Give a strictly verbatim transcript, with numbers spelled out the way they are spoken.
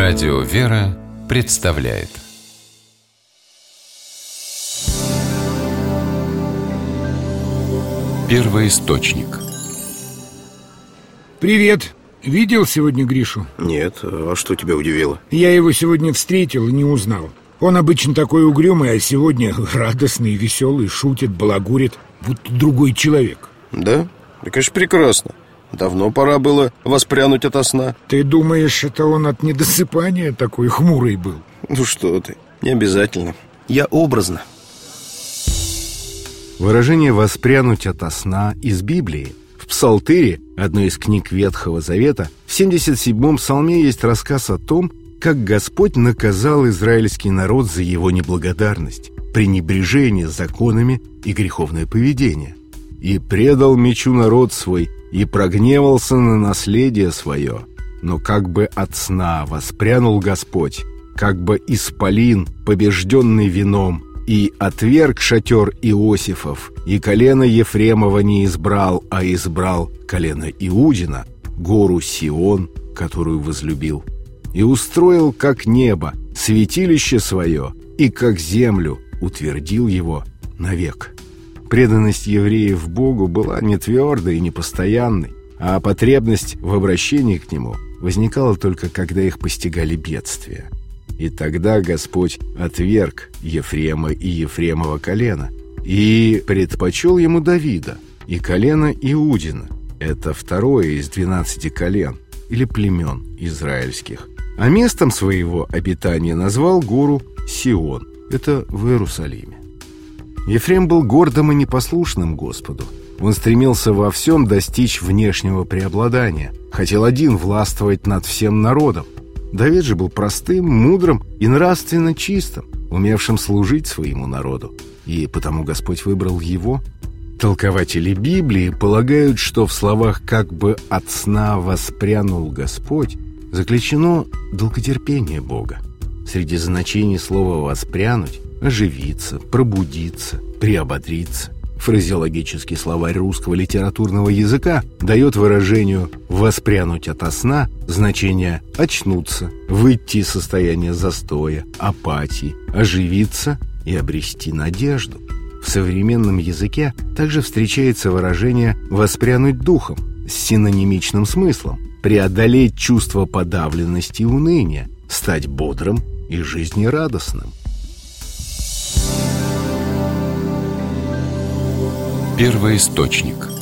Радио «Вера» представляет Первоисточник. Привет. Видел сегодня Гришу? Нет, а что тебя удивило? Я его сегодня встретил и не узнал. Он обычно такой угрюмый, а сегодня радостный, веселый, шутит, балагурит, будто другой человек. Да? Да, конечно, прекрасно. Давно пора было воспрянуть ото сна. Ты думаешь, это он от недосыпания такой хмурый был? Ну что ты, не обязательно. Я образно. Выражение «воспрянуть ото сна» из Библии. В Псалтыре, одной из книг Ветхого Завета, в семьдесят седьмом псалме есть рассказ о том, как Господь наказал израильский народ за его неблагодарность, пренебрежение законами и греховное поведение. «И предал мечу народ свой, и прогневался на наследие свое. Но как бы от сна воспрянул Господь, как бы исполин, побежденный вином, и отверг шатер Иосифов, и колено Ефремова не избрал, а избрал колено Иудина, гору Сион, которую возлюбил, и устроил, как небо, святилище свое, и как землю утвердил его навек». Преданность евреев Богу была не твердой и не постоянной, а потребность в обращении к Нему возникала только когда их постигали бедствия. И тогда Господь отверг Ефрема и Ефремова колено и предпочел ему Давида и колено Иудина. Это второе из двенадцати колен или племен израильских. А местом своего обитания назвал гору Сион. Это в Иерусалиме. Ефрем был гордым и непослушным Господу. Он стремился во всем достичь внешнего преобладания, хотел один властвовать над всем народом. Давид же был простым, мудрым и нравственно чистым, умевшим служить своему народу. И потому Господь выбрал его. Толкователи Библии полагают, что в словах «как бы от сна воспрянул Господь» заключено долготерпение Бога. Среди значений слова «воспрянуть» — оживиться, пробудиться, приободриться. Фразеологический словарь русского литературного языка дает выражению «воспрянуть ото сна» значение «очнуться», «выйти из состояния застоя», «апатии», «оживиться» и «обрести надежду». В современном языке также встречается выражение «воспрянуть духом» с синонимичным смыслом «преодолеть чувство подавленности и уныния», «стать бодрым и жизнерадостным». Первоисточник.